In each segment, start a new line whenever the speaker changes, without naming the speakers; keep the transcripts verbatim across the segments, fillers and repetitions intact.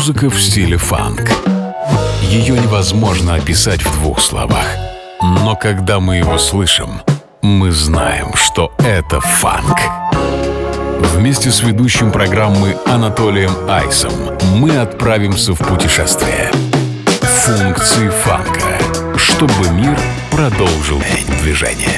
Музыка в стиле фанк. Ее невозможно описать в двух словах. Но когда мы его слышим, мы знаем, что это фанк. Вместе с ведущим программы Анатолием Айсом мы отправимся в путешествие. Функции фанка, чтобы мир продолжил движение.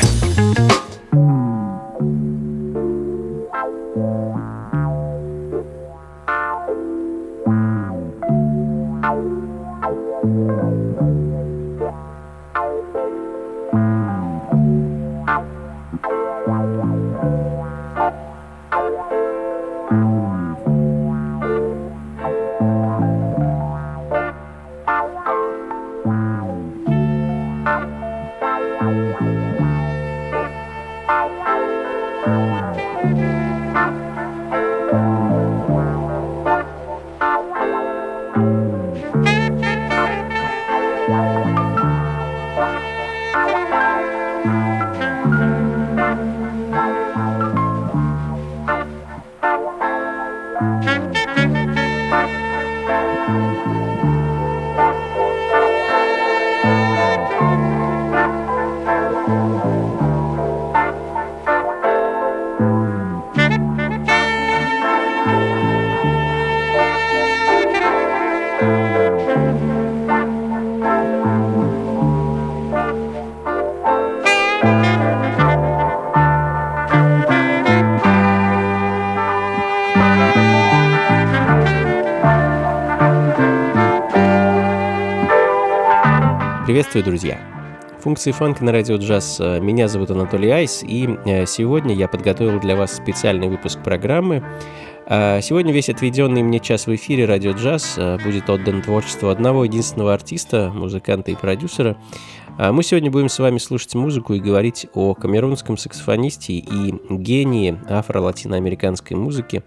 Приветствую, друзья! Функции фанка на радио джаз. Меня зовут Анатолий Айс, и сегодня я подготовил для вас специальный выпуск программы. Сегодня весь отведенный мне час в эфире радио джаз будет отдан творчеству одного единственного артиста, музыканта и продюсера. Мы сегодня будем с вами слушать музыку и говорить о камерунском саксофонисте и гении афро-латиноамериканской музыки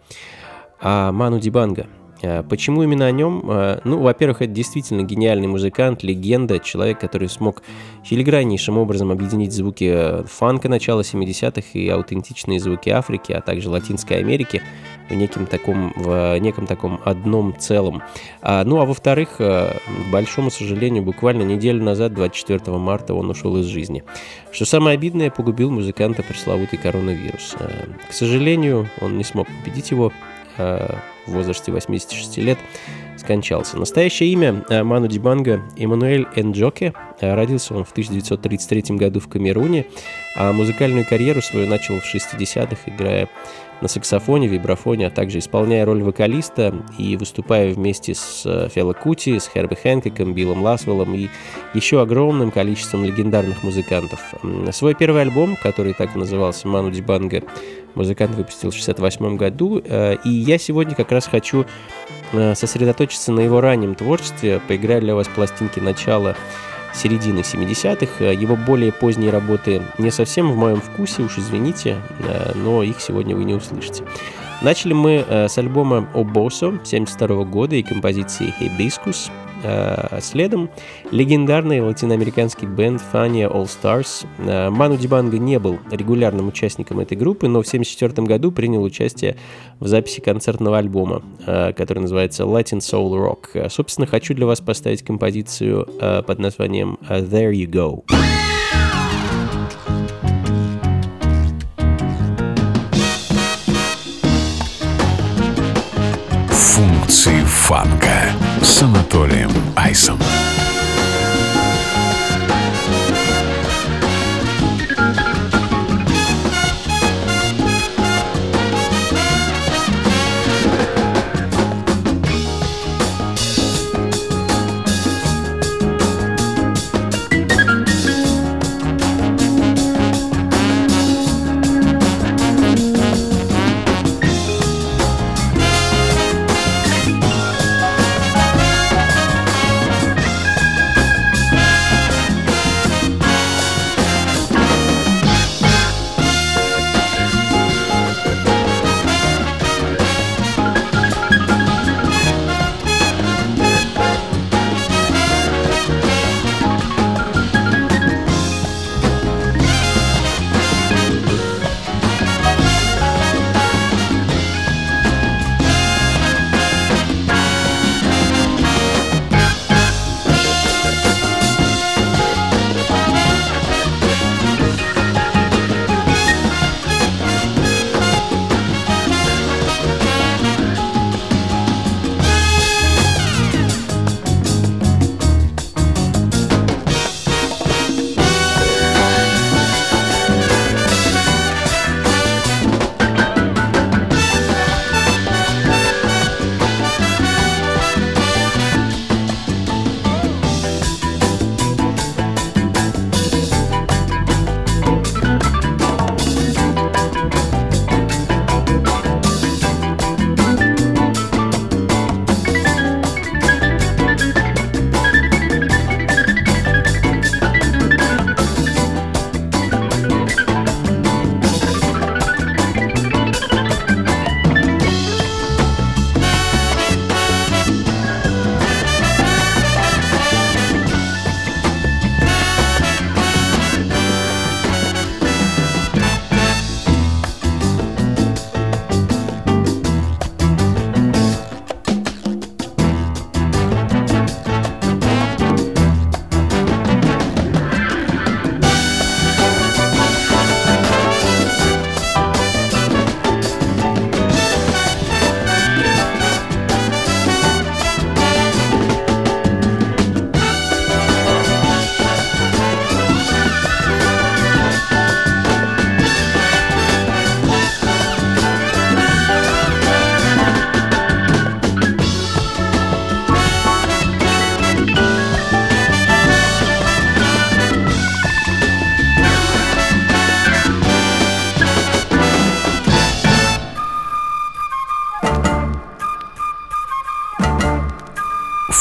Ману Дибанго. Почему именно о нем? Ну, во-первых, это действительно гениальный музыкант, легенда, человек, который смог филиграннейшим образом объединить звуки фанка начала семидесятых и аутентичные звуки Африки, а также Латинской Америки в неком таком, в неком таком одном целом. Ну, а во-вторых, к большому сожалению, буквально неделю назад, двадцать четвёртого марта, он ушел из жизни. Что самое обидное, погубил музыканта пресловутый коронавирус. К сожалению, он не смог победить его, в возрасте восьмидесяти шести лет скончался. Настоящее имя Ману Дибанго Эммануэль Нджоке. Родился он в тысяча девятьсот тридцать третьем году в Камеруне, а музыкальную карьеру свою начал в шестидесятых, играя на саксофоне, вибрафоне, а также исполняя роль вокалиста и выступая вместе с Фела Кути, с Херби Хэнкоком, Биллом Ласвеллом и еще огромным количеством легендарных музыкантов. Свой первый альбом, который так и назывался «Ману Дибанго», музыкант выпустил в шестьдесят восьмом году, и я сегодня как раз хочу сосредоточиться на его раннем творчестве, поиграть для вас пластинки начала середины семидесятых. Его более поздние работы не совсем в моем вкусе, уж извините, но их сегодня вы не услышите. Начали мы с альбома «Обосо» семьдесят второго года и композиции «Hibiscus». Следом легендарный латиноамериканский бенд Fania All Stars. Ману Дибанго не был регулярным участником этой группы, но в семьдесят четвёртом году принял участие в записи концертного альбома, который называется Latin Soul Rock. Собственно, хочу для вас поставить композицию под названием There You Go.
Функции фанка с Анатолием Айсом.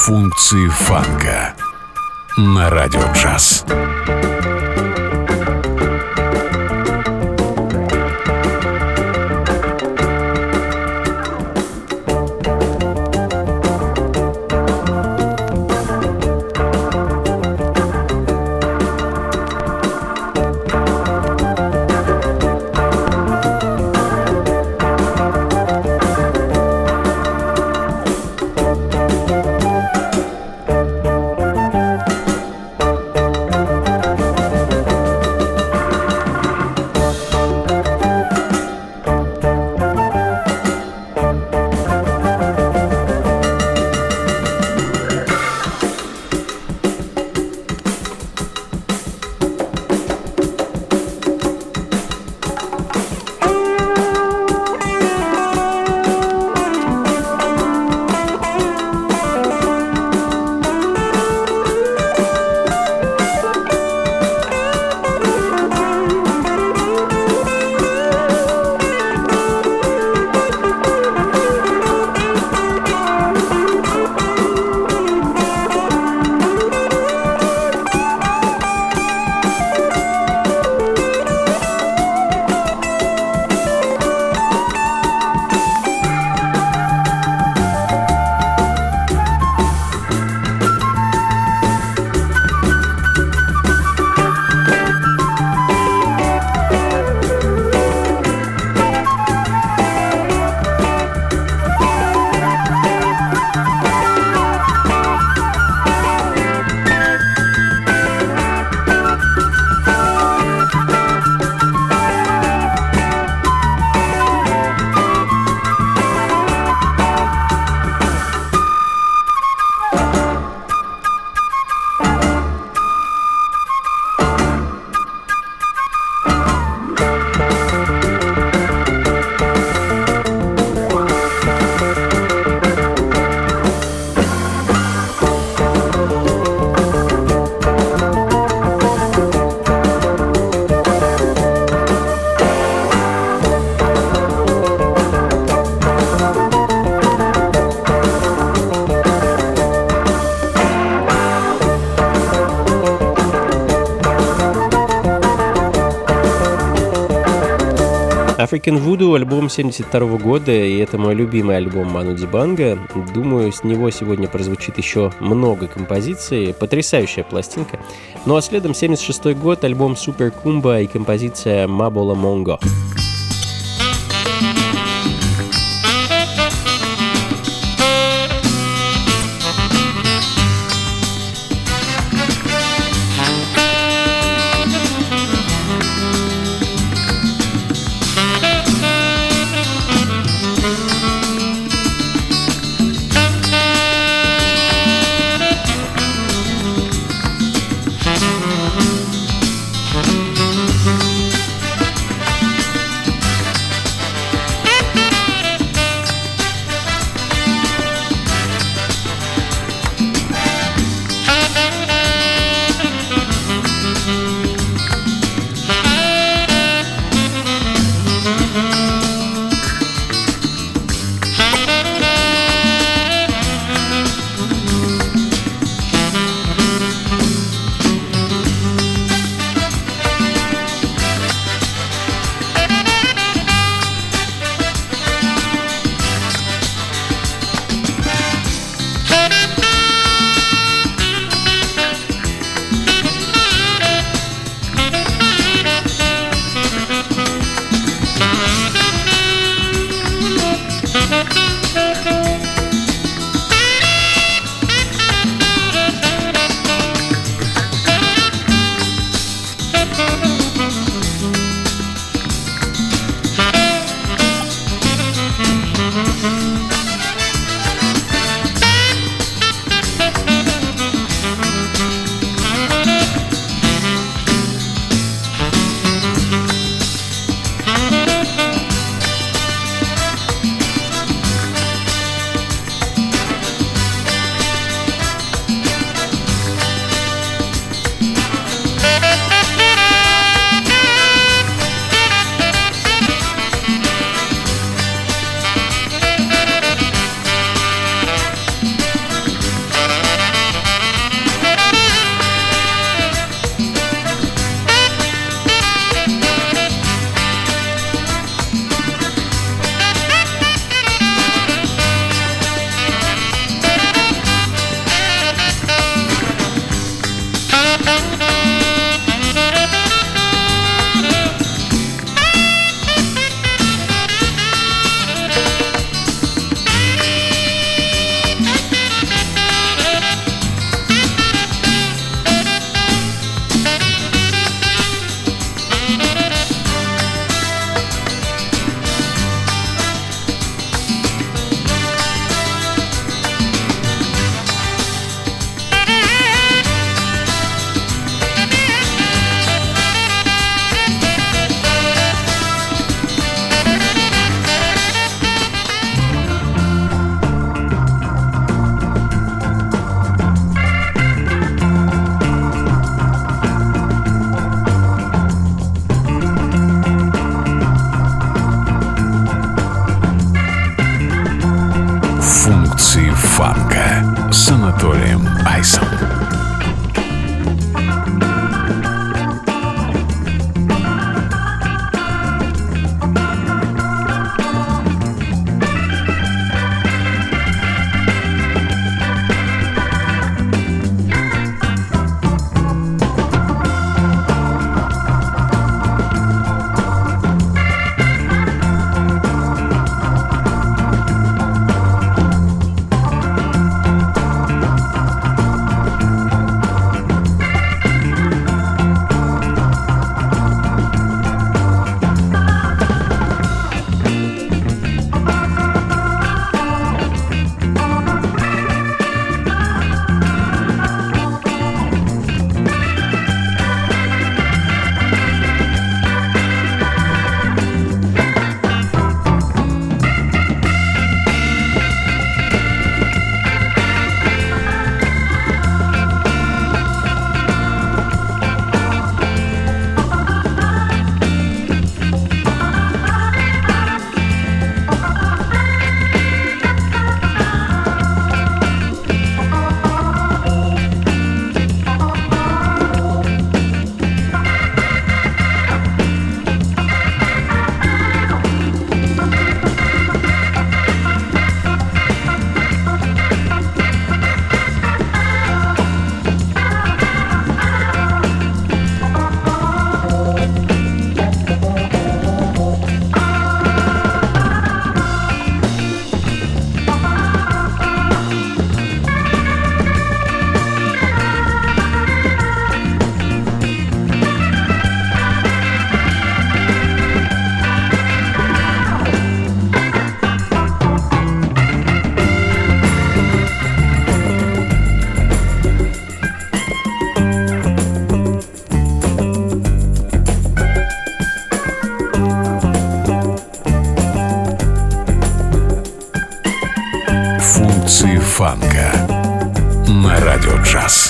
Функции фанка на радио джаз.
African Voodoo, альбом семьдесят второго года, и это мой любимый альбом Ману Дибанго. Думаю, с него сегодня прозвучит еще много композиций. Потрясающая пластинка. Ну а следом семьдесят шестой год, альбом Super Kumba и композиция Mabola Mongo.
Функции фанка с Анатолием Айсом. Функции фанка на радио джаз.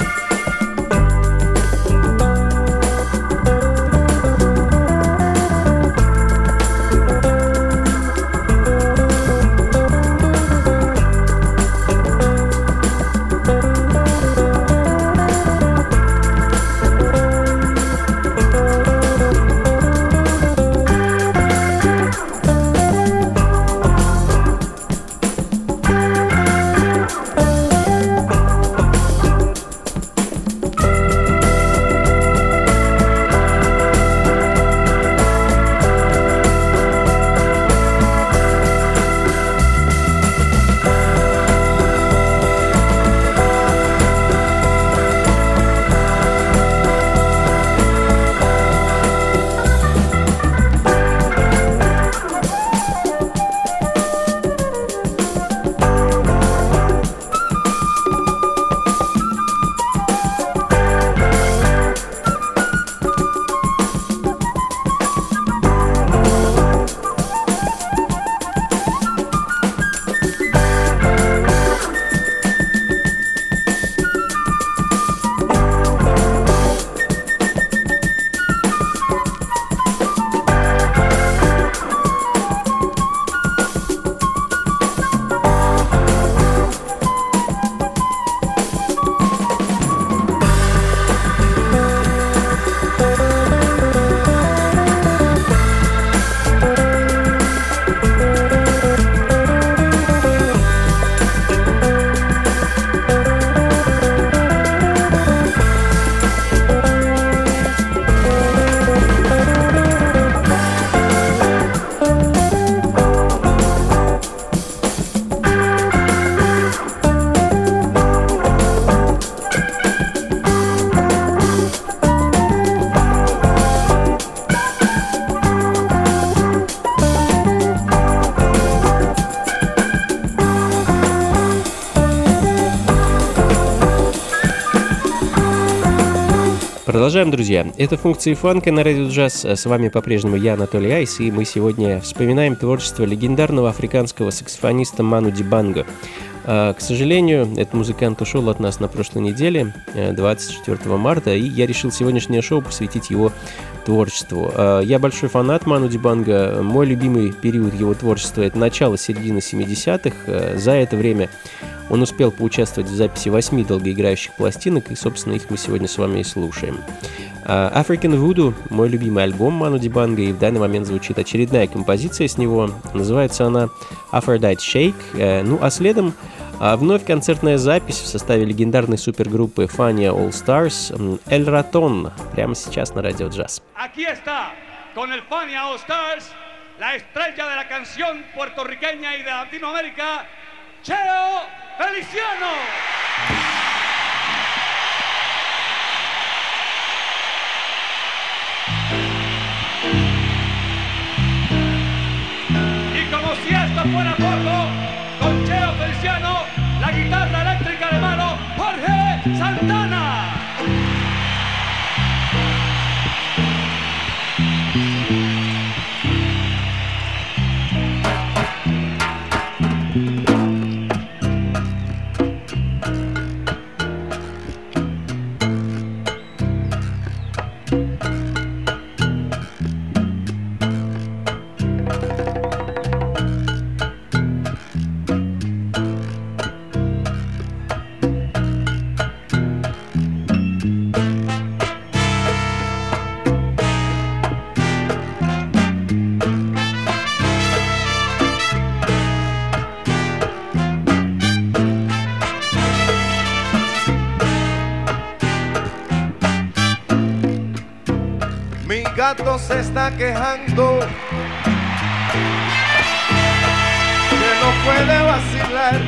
Продолжаем, друзья. Это функции фанка на радио джаз. С вами по-прежнему я, Анатолий Айс, и мы сегодня вспоминаем творчество легендарного африканского саксофониста Ману Дибанго. К сожалению, этот музыкант ушел от нас на прошлой неделе, двадцать четвёртого марта, и я решил сегодняшнее шоу посвятить его творчеству. Я большой фанат Ману Дибанго. Мой любимый период его творчества — это начало-середина семидесятых. За это время он успел поучаствовать в записи восьми долгоиграющих пластинок, и, собственно, их мы сегодня с вами и слушаем. African Voodoo — мой любимый альбом Ману Дибанго, и в данный момент звучит очередная композиция с него. Называется она Aphrodite Shake. Ну а следом вновь концертная запись в составе легендарной супергруппы Fania All Stars El Ratón, прямо сейчас на Радио Джаз.
Aquí está, con el Fania All Stars, la estrella de la canción puertorriqueña y de Latinoamérica, Cheo Feliciano. Si esto fuera poco, con Cheo Feliciano, la guitarra eléctrica de mano, Jorge Santana.
Gato se está quejando que no puede vacilar.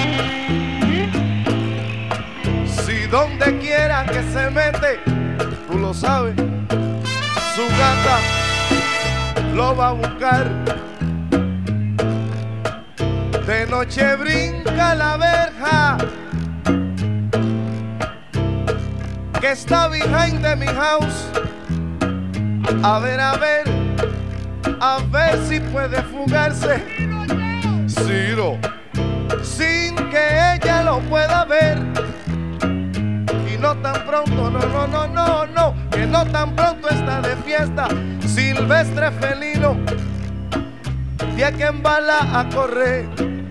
Si donde quiera que se mete, tú lo sabes, su gata lo va a buscar. De noche brinca la verja que está behind de mi house. A ver, a ver, a ver si puede fugarse. Ciro, sin que ella lo pueda ver. Y no tan pronto, no, no, no, no, no, que no tan pronto está de fiesta. Silvestre felino, de que embala a correr.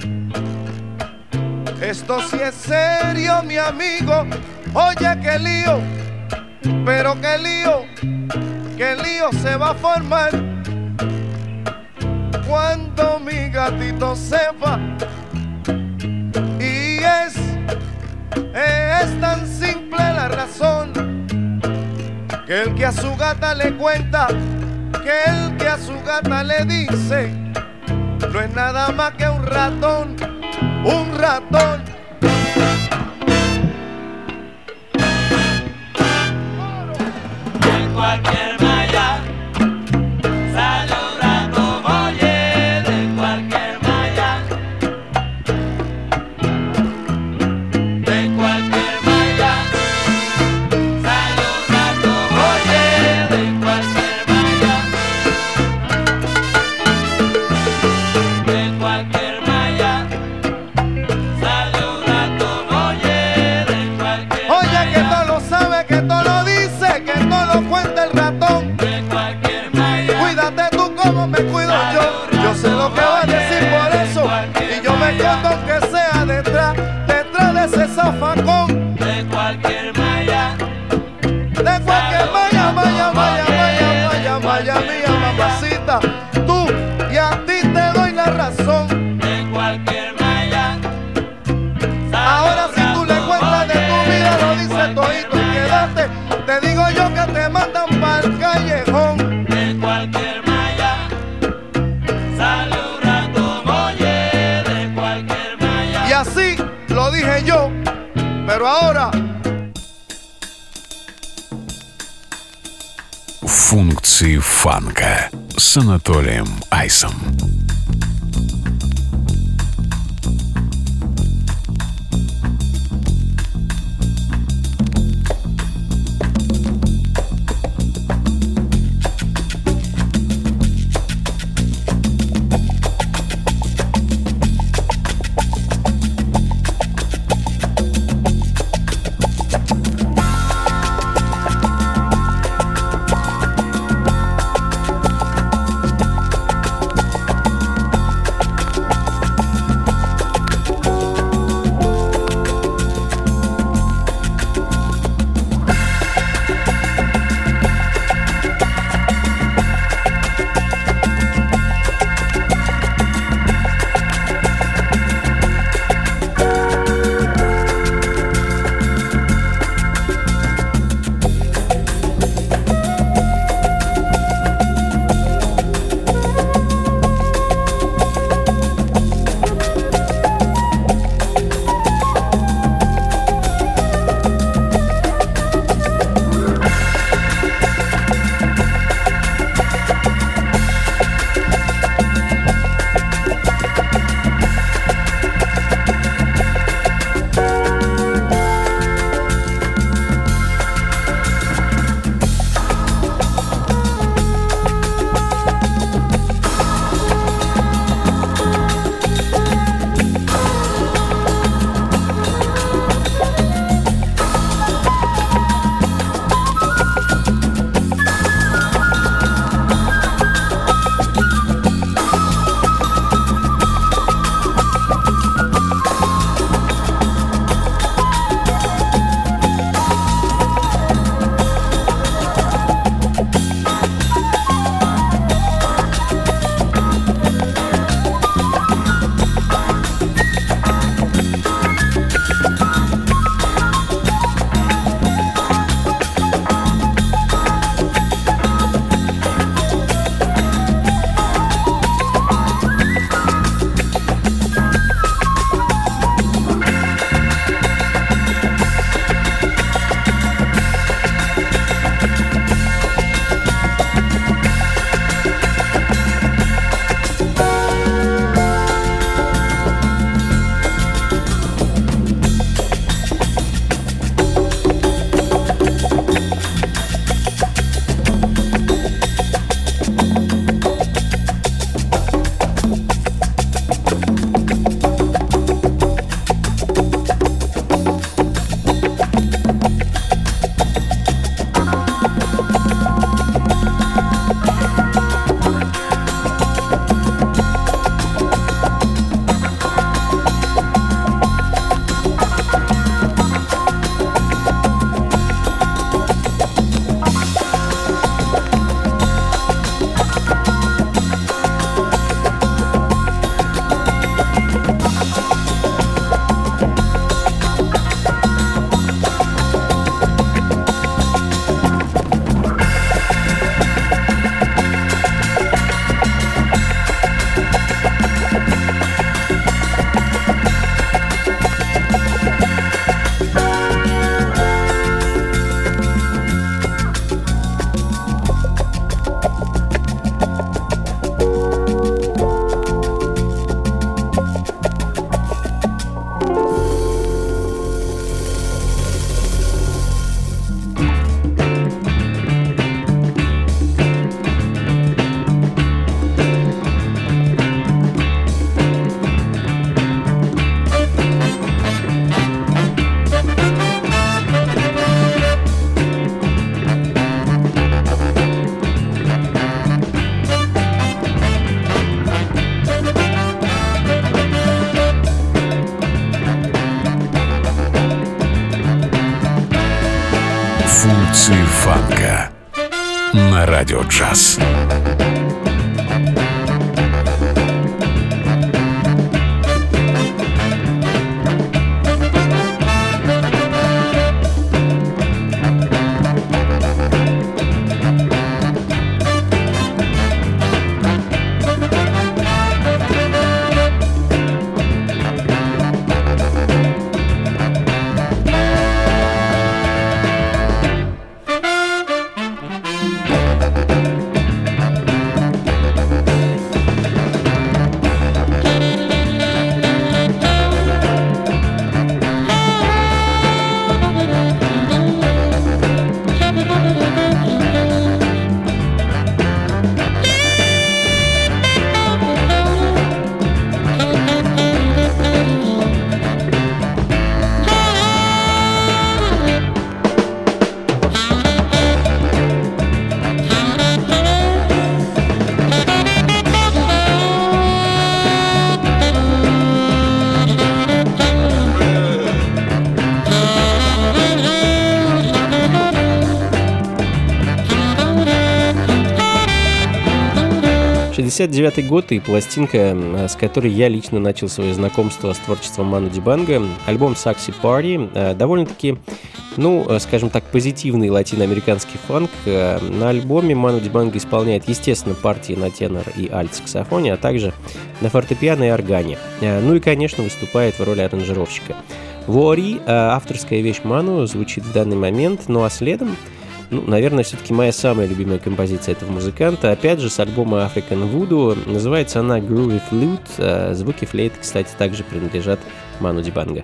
Esto sí es serio, mi amigo. Oye, qué lío, pero qué lío. Que el lío se va a formar cuando mi gatito sepa. Y es, es tan simple la razón, que el que a su gata le cuenta, que el que a su gata le dice, no es nada más que un ratón, un ratón.
En cualquier
me cuido yo, yo sé lo que va a decir por eso, y yo me escondo aunque sea detrás, detrás de ese zafacón.
De cualquier malla,
de cualquier malla, malla, malla, malla, malla, malla, mía mamacita, tú y a ti te doy la razón.
De cualquier malla,
ahora si tú le cuentas de tu vida lo dice todito, quédate, te digo yo que te mandan pa'l callejón.
De cualquier
así lo dije yo, pero ahora
Функции фанка с Анатолием Айсом. Функции фанка на Радио Джаз.
шестьдесят девятый год и пластинка, с которой я лично начал свое знакомство с творчеством Ману Дибанго, альбом Saxy Party, довольно-таки, ну, скажем так, позитивный латиноамериканский фанк. На альбоме Ману Дибанго исполняет, естественно, партии на тенор и альт-саксофоне, а также на фортепиано и органе. Ну и, конечно, выступает в роли аранжировщика. Вуари, авторская вещь Ману, звучит в данный момент, ну а следом, ну, наверное, все-таки моя самая любимая композиция этого музыканта, опять же, с альбома African Voodoo. Называется она Groovy Flute. Звуки флейты, кстати, также принадлежат Ману Дибанго.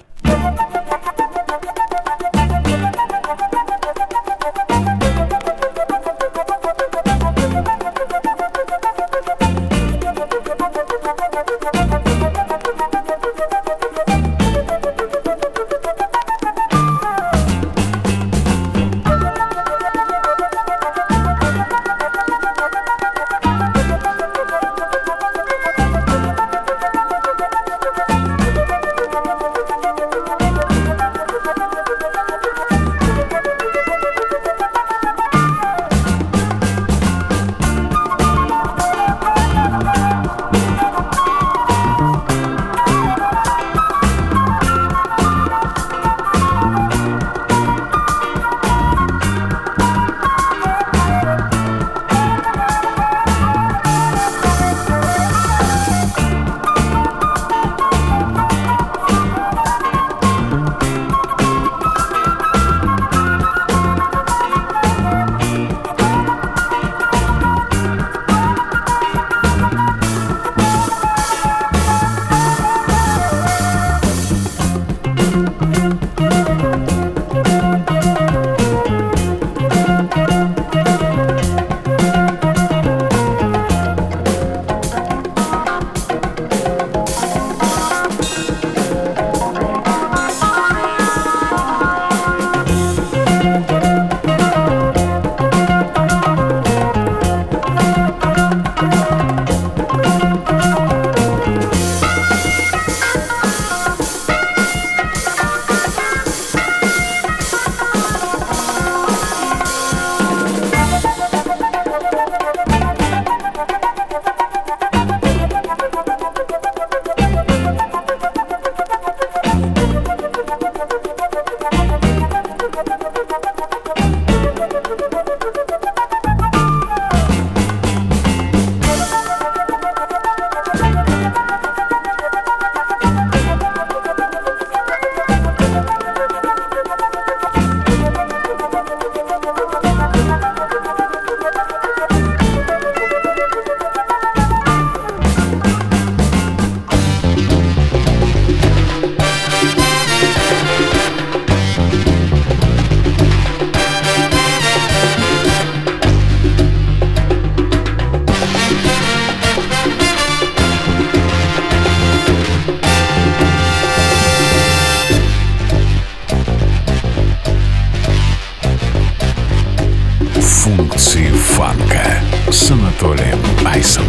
Функции фанка с Анатолием Айсом.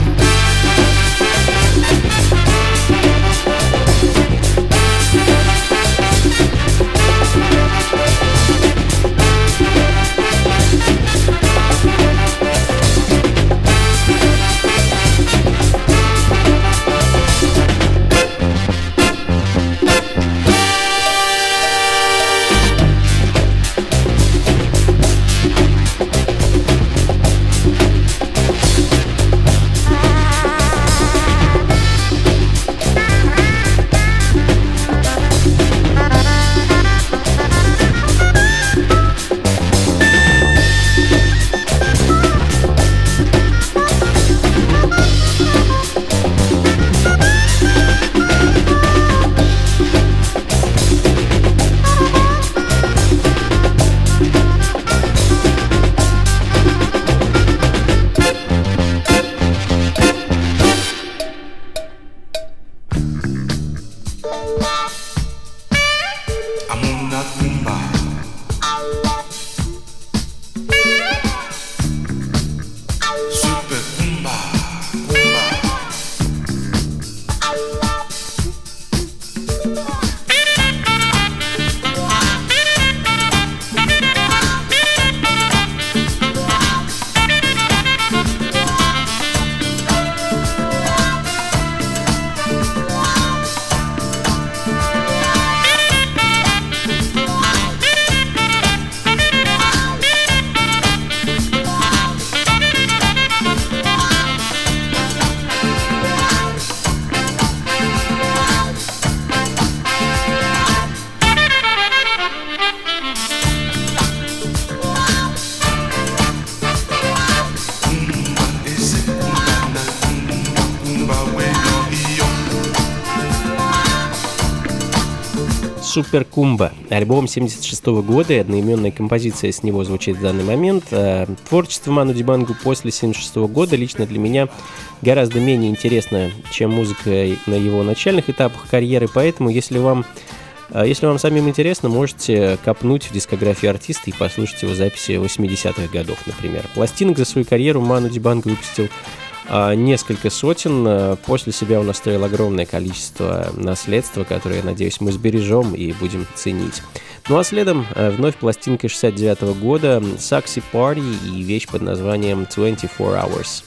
Супер Кумба. Альбом семьдесят шестого года и одноименная композиция с него звучит в данный момент. Творчество Ману Дибангу после семьдесят шестого года лично для меня гораздо менее интересно, чем музыка на его начальных этапах карьеры, поэтому если вам, если вам самим интересно, можете копнуть в дискографию артиста и послушать его записи восьмидесятых годов, например. Пластинок за свою карьеру Ману Дибангу выпустил несколько сотен. После себя он оставил огромное количество наследства, которое, я надеюсь, мы сбережем и будем ценить. Ну а следом вновь пластинка шестьдесят девятого года Saxy Party и вещь под названием двадцать четыре hours.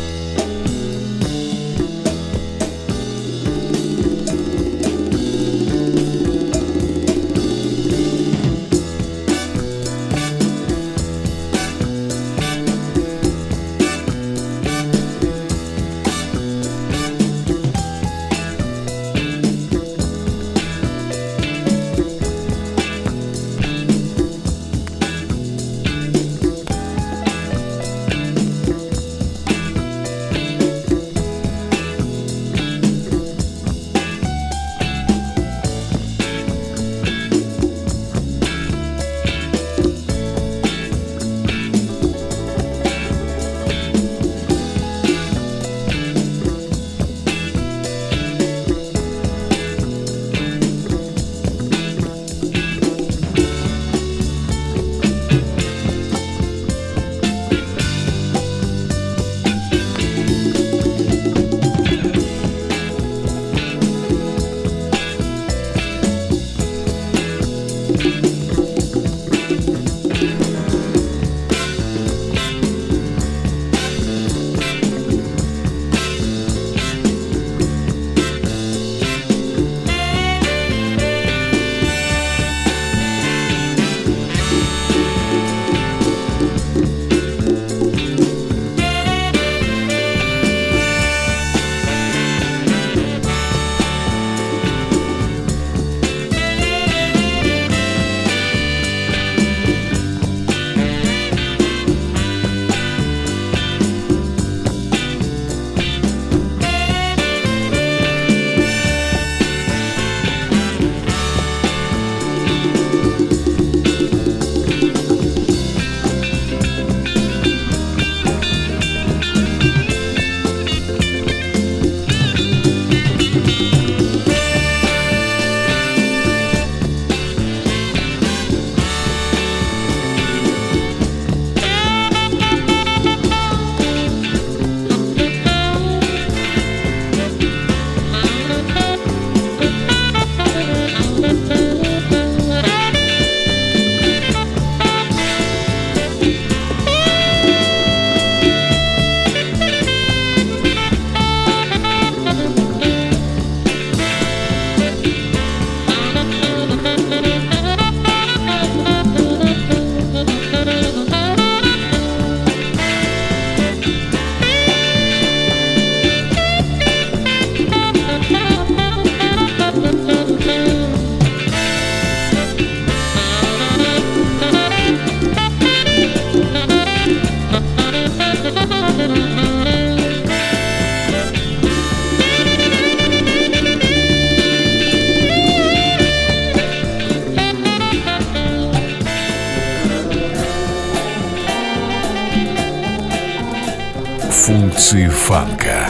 Функции фанка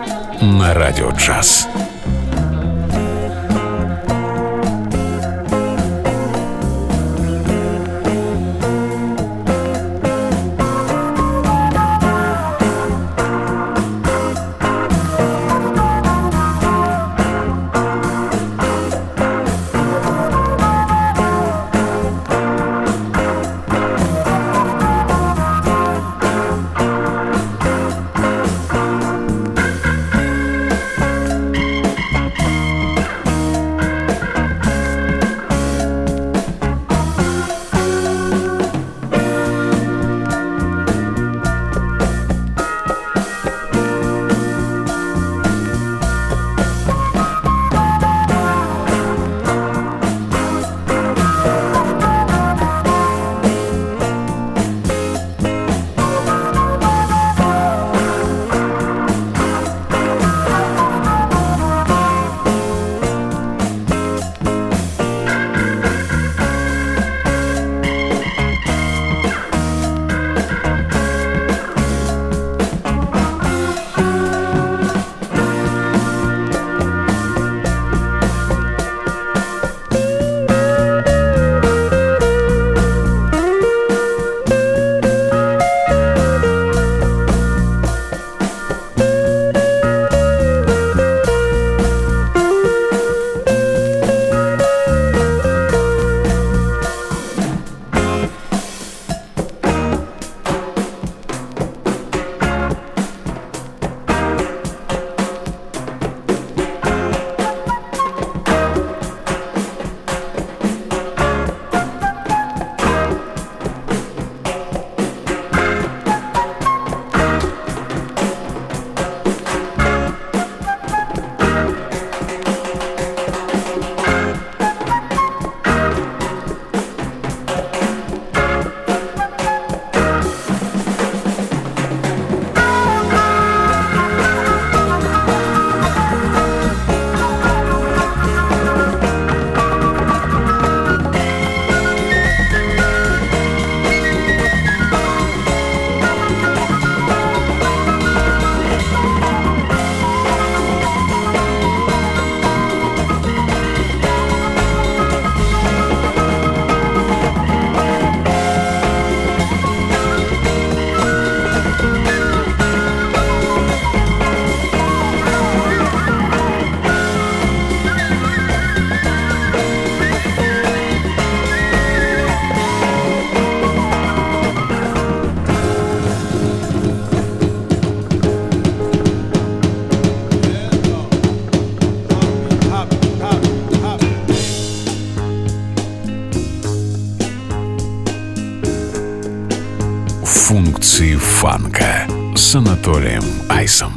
на радио джаз. Традиции фанка с Анатолием Айсом.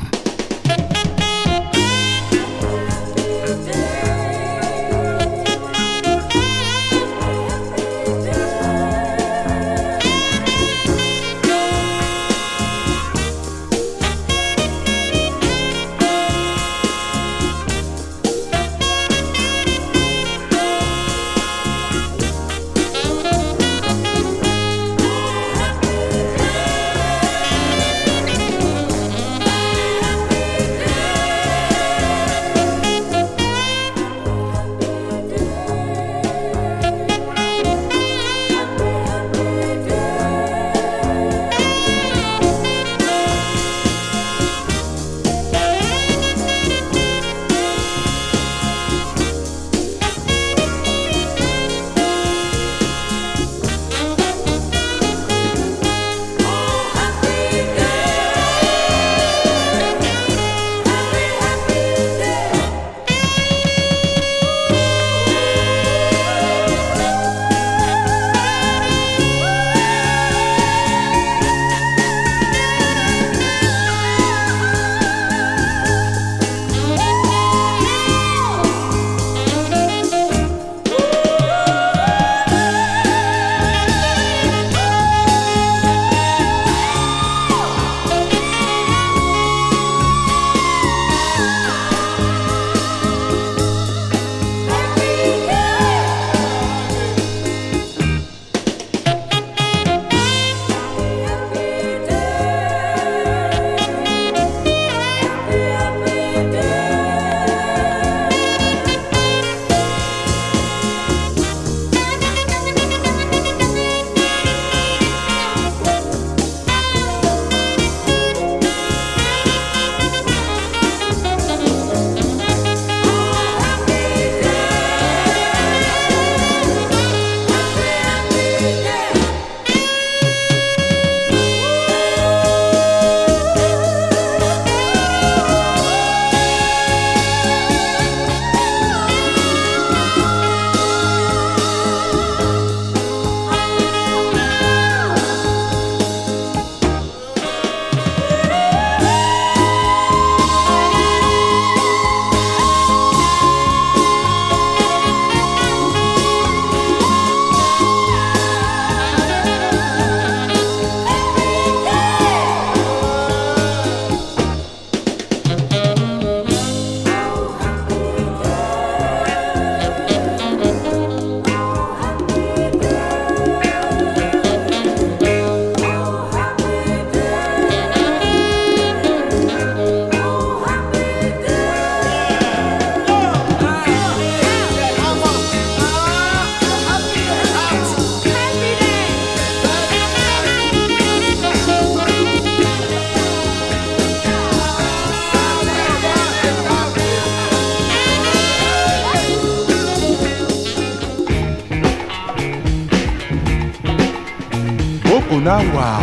Unawa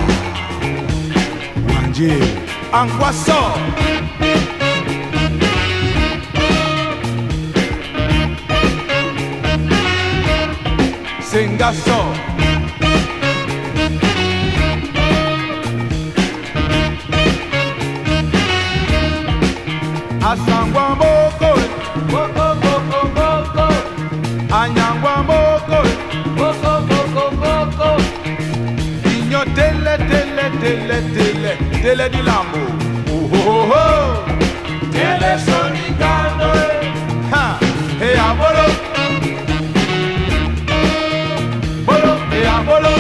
Wanje Angwaso Sengaso Asangwa moko Boko boko boko Anyangwa moko Boko boko boko Digno delle delle delle delle Delle di lambo Oh oh oh Delle sonicando Ha E amolo Bolo E amolo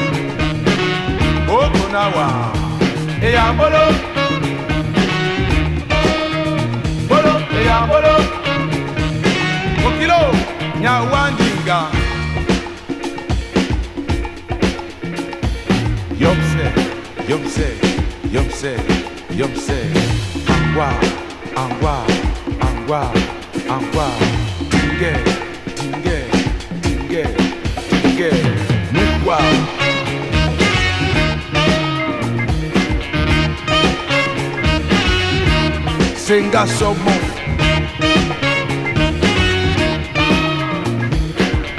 Okunawa E amolo Bolo, Okilo, Nyawandinga. Yomse, Yomse, Yomse, Yomse, Angwa, Angwa, Angwa, Angwa, Tinge, Tinge, Tinge, Tinge, Mukwa. Senga Somo.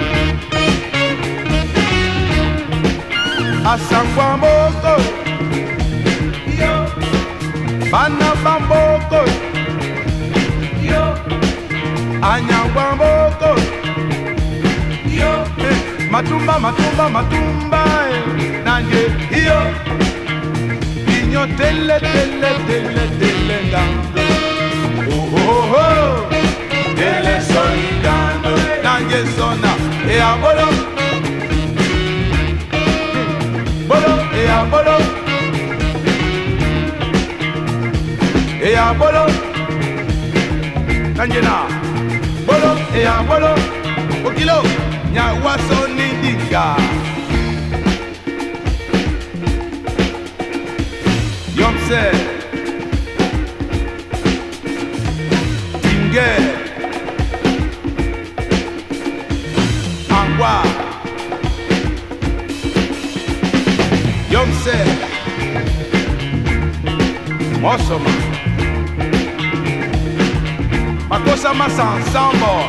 Asangwa moko, matumba matumba matumba nanje iyo niño tele tele tele tele dando oh oh oh tele solicando nanje sona e a bolo bolo e a bolo e a bolo nanje na bolo e a bolo okilo nyawaso nindinga yomse tinge angwa yomse mosoma makosa masa ensemble.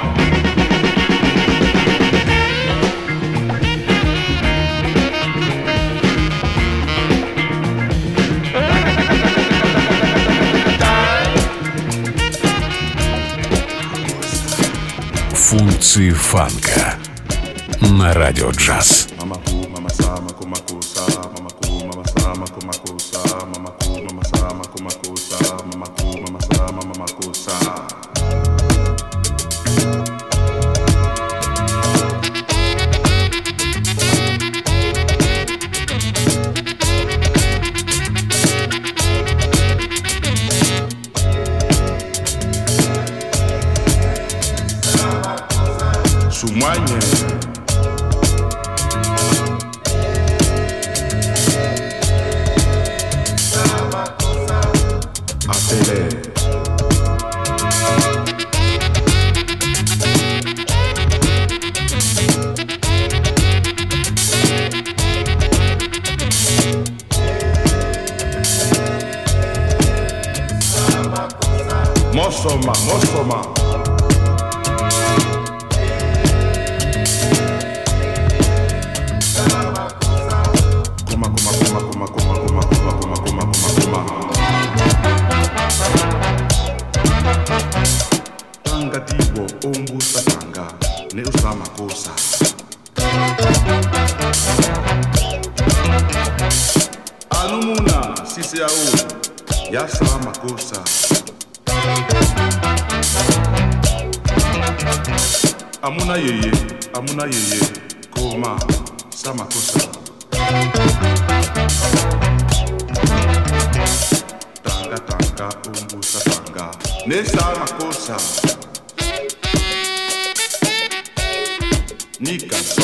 Функции фанка на радио джаз.
Sumanye Apele Mosoma, Mosoma Alumuna sisi ya u ya sama kosa Amuna yeye amuna yeye koma sama kosa Tanga tanga umbusa tanga ne sama kosa Ni canso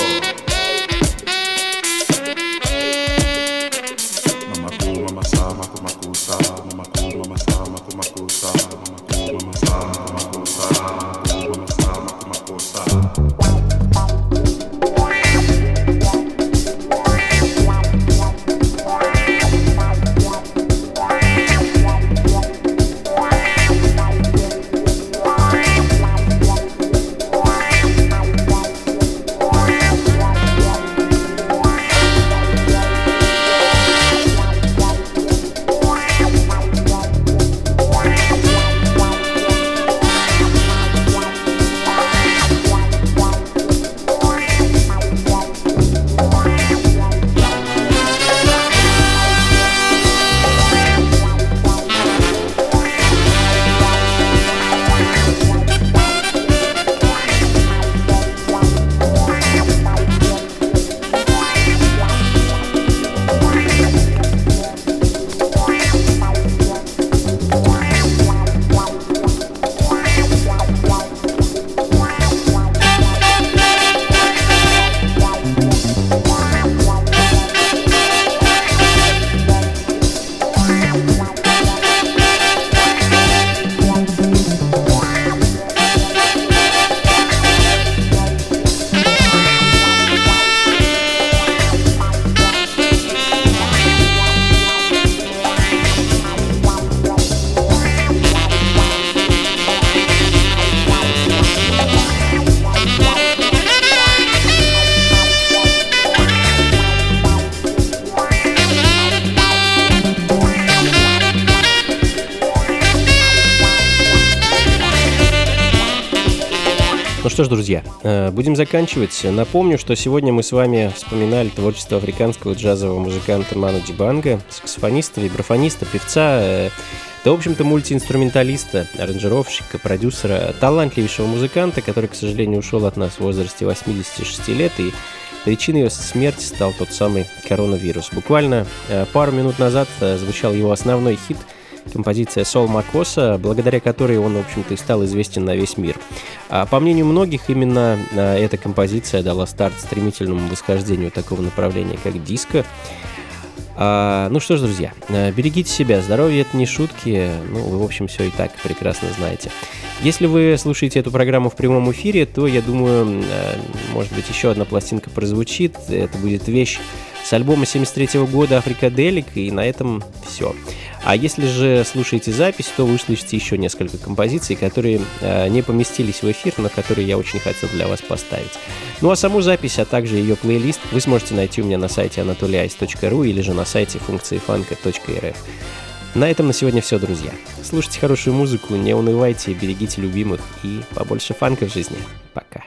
что ж, друзья, будем заканчивать. Напомню, что сегодня мы с вами вспоминали творчество африканского джазового музыканта Ману Дибанга, саксофониста, вибрафониста, певца, да, в общем-то, мультиинструменталиста, аранжировщика, продюсера, талантливейшего музыканта, который, к сожалению, ушел от нас в возрасте восьмидесяти шести лет, и причиной его смерти стал тот самый коронавирус. Буквально пару минут назад звучал его основной хит, композиция «Сол Макоса», благодаря которой он, в общем-то, и стал известен на весь мир. А по мнению многих, именно эта композиция дала старт стремительному восхождению такого направления, как диско. А, ну что ж, друзья, берегите себя, здоровье — это не шутки, ну, вы, в общем, все и так прекрасно знаете. Если вы слушаете эту программу в прямом эфире, то, я думаю, может быть, еще одна пластинка прозвучит, это будет вещь с альбома семьдесят третьего года «Африкаделик», и на этом все. А если же слушаете запись, то вы услышите еще несколько композиций, которые э, не поместились в эфир, но которые я очень хотел для вас поставить. Ну а саму запись, а также ее плейлист вы сможете найти у меня на сайте анатолий айс точка ру или же на сайте функции фанка точка эр эф. На этом на сегодня все, друзья. Слушайте хорошую музыку, не унывайте, берегите любимых и побольше фанка в жизни. Пока.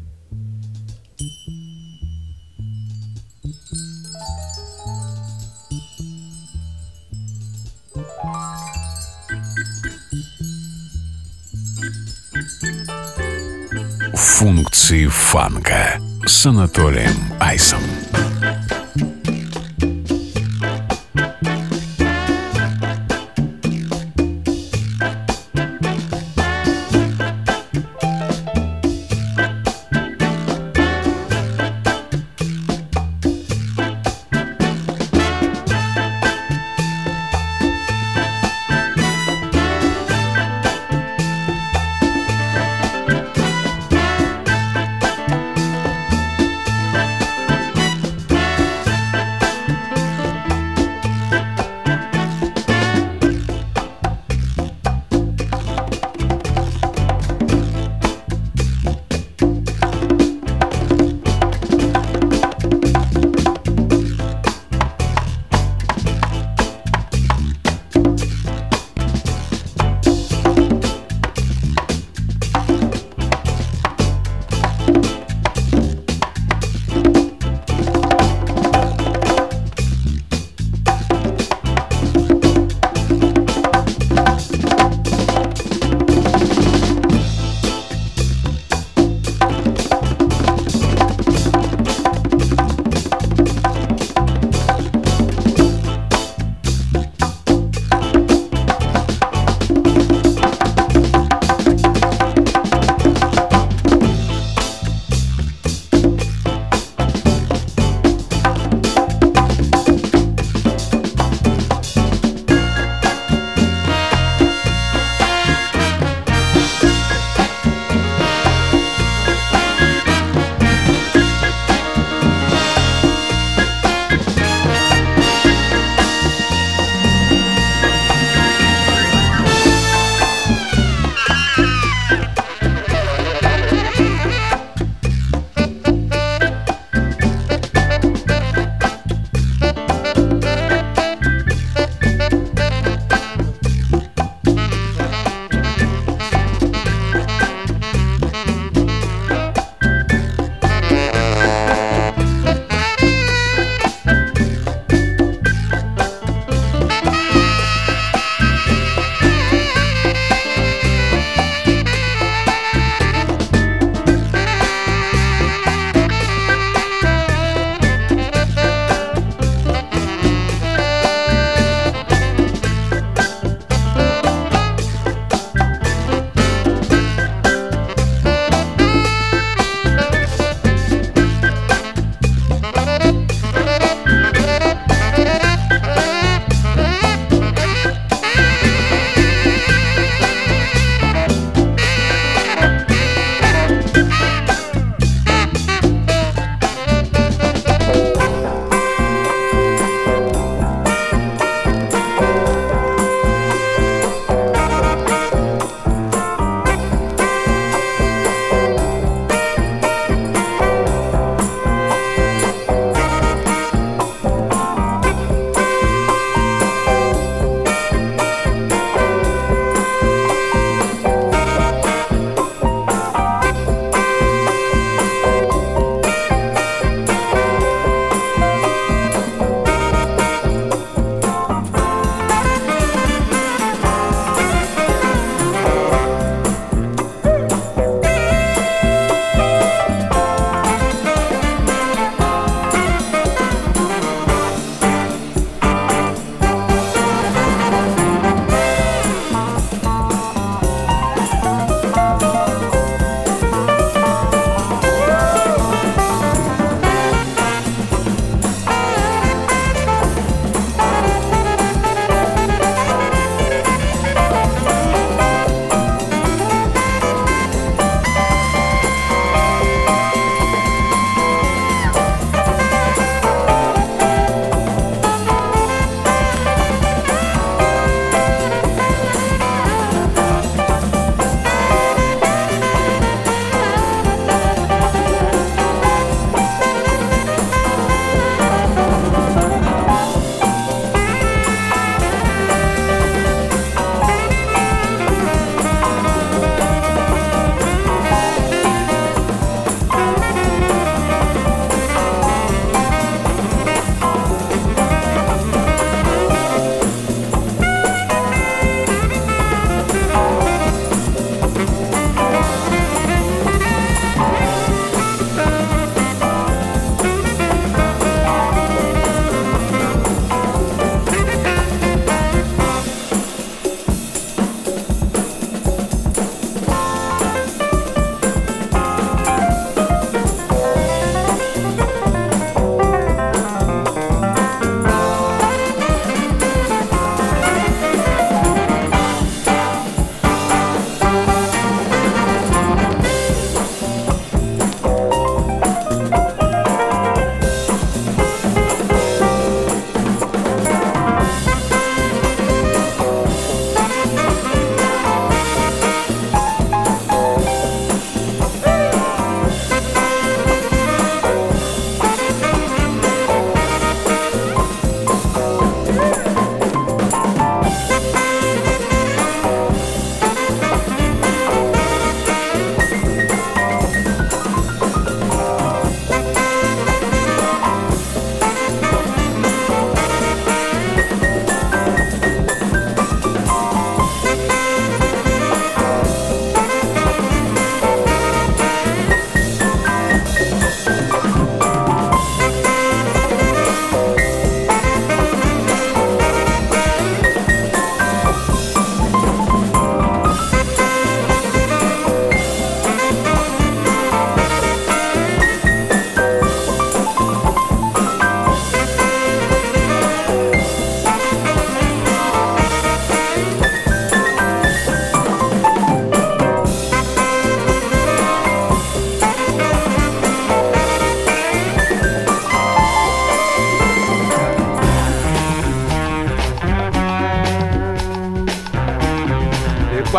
Функции фанка с Анатолием Айсом.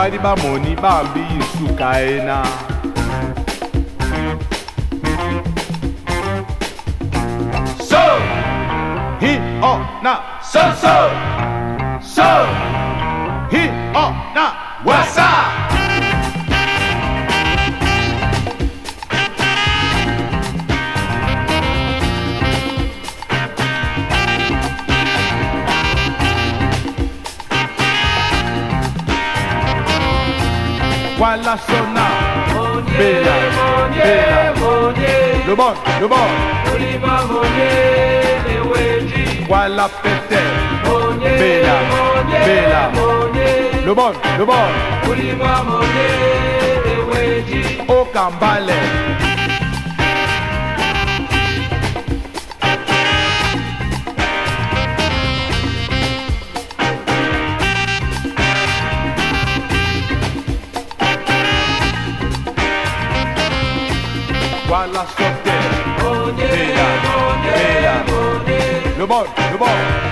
badi ba moni bambi isuka ena. So, he oh na so so so he oh na what's up? Voilà sonna, bella, bella, le bon, le bon. Voilà pete, bella, bella, le bon, le bon. Au Kambale. Voilà sauter, bella, bella, le bon, le bon.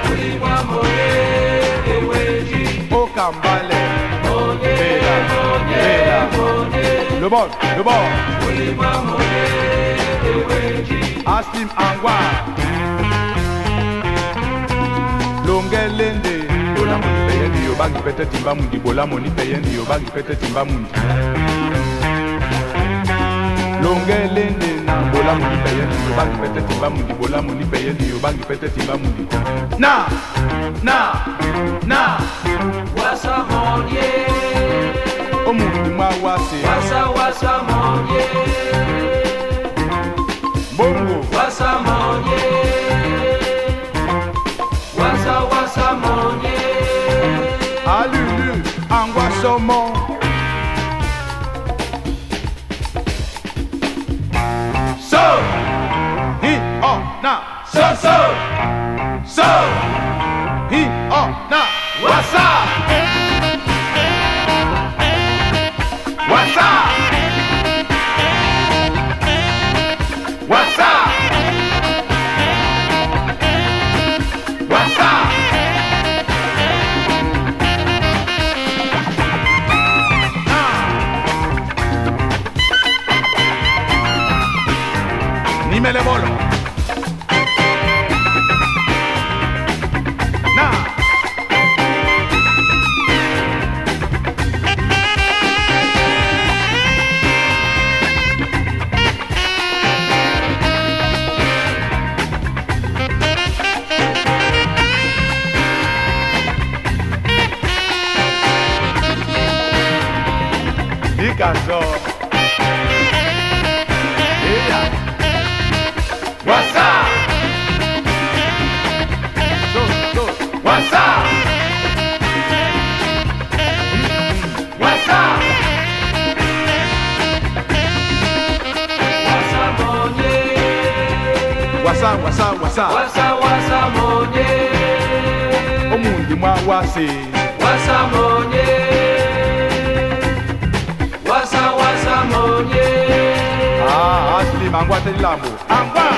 Au Kambale, bella, bella, le bon, le bon. Aslim Angwa, Longelende, bola moni peyendi yo bagi pete timba mundi, bola moni peyendi yo bagi pete timba mundi. Longelende na bola moni peyendi yo bagi pete timba mundi, bola moni peyendi yo bagi pete timba mundi. Na, na, na.
Wasa monye,
Omundi mwa wase.
wasa wasa monye,
Bongo.
wasa monye, wasa wasa monye.
Alulu, Angwa somo. So, he oh na, so so, so, he oh na, what's up? What's up? What's up? What's up? Ni me le bolo. Na. Picasso. Yeah. What's up? So, so. What's up? What's up?
Wasa monye,
What's up? What's up? What's up?
wasa wasa monye,
Omundi mwa wase.
wasa monye, wasa wasa monye.
Ah, Aslim Angwa Telambo. Angwa.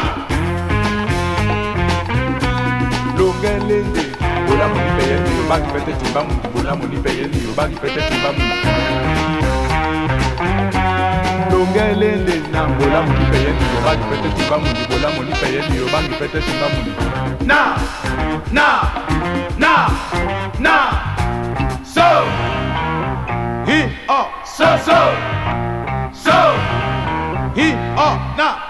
Longelende. Bola moni peyendi yo bagi pete timba mundi, bola moni peyendi yo bagi pete timba mundi. Longelende na bola moni peyendi yo bagi pete timba mundi, bola moni peyendi yo bagi pete timba mundi. Na, na, na, na. So, he oh, so so, so, he oh, na.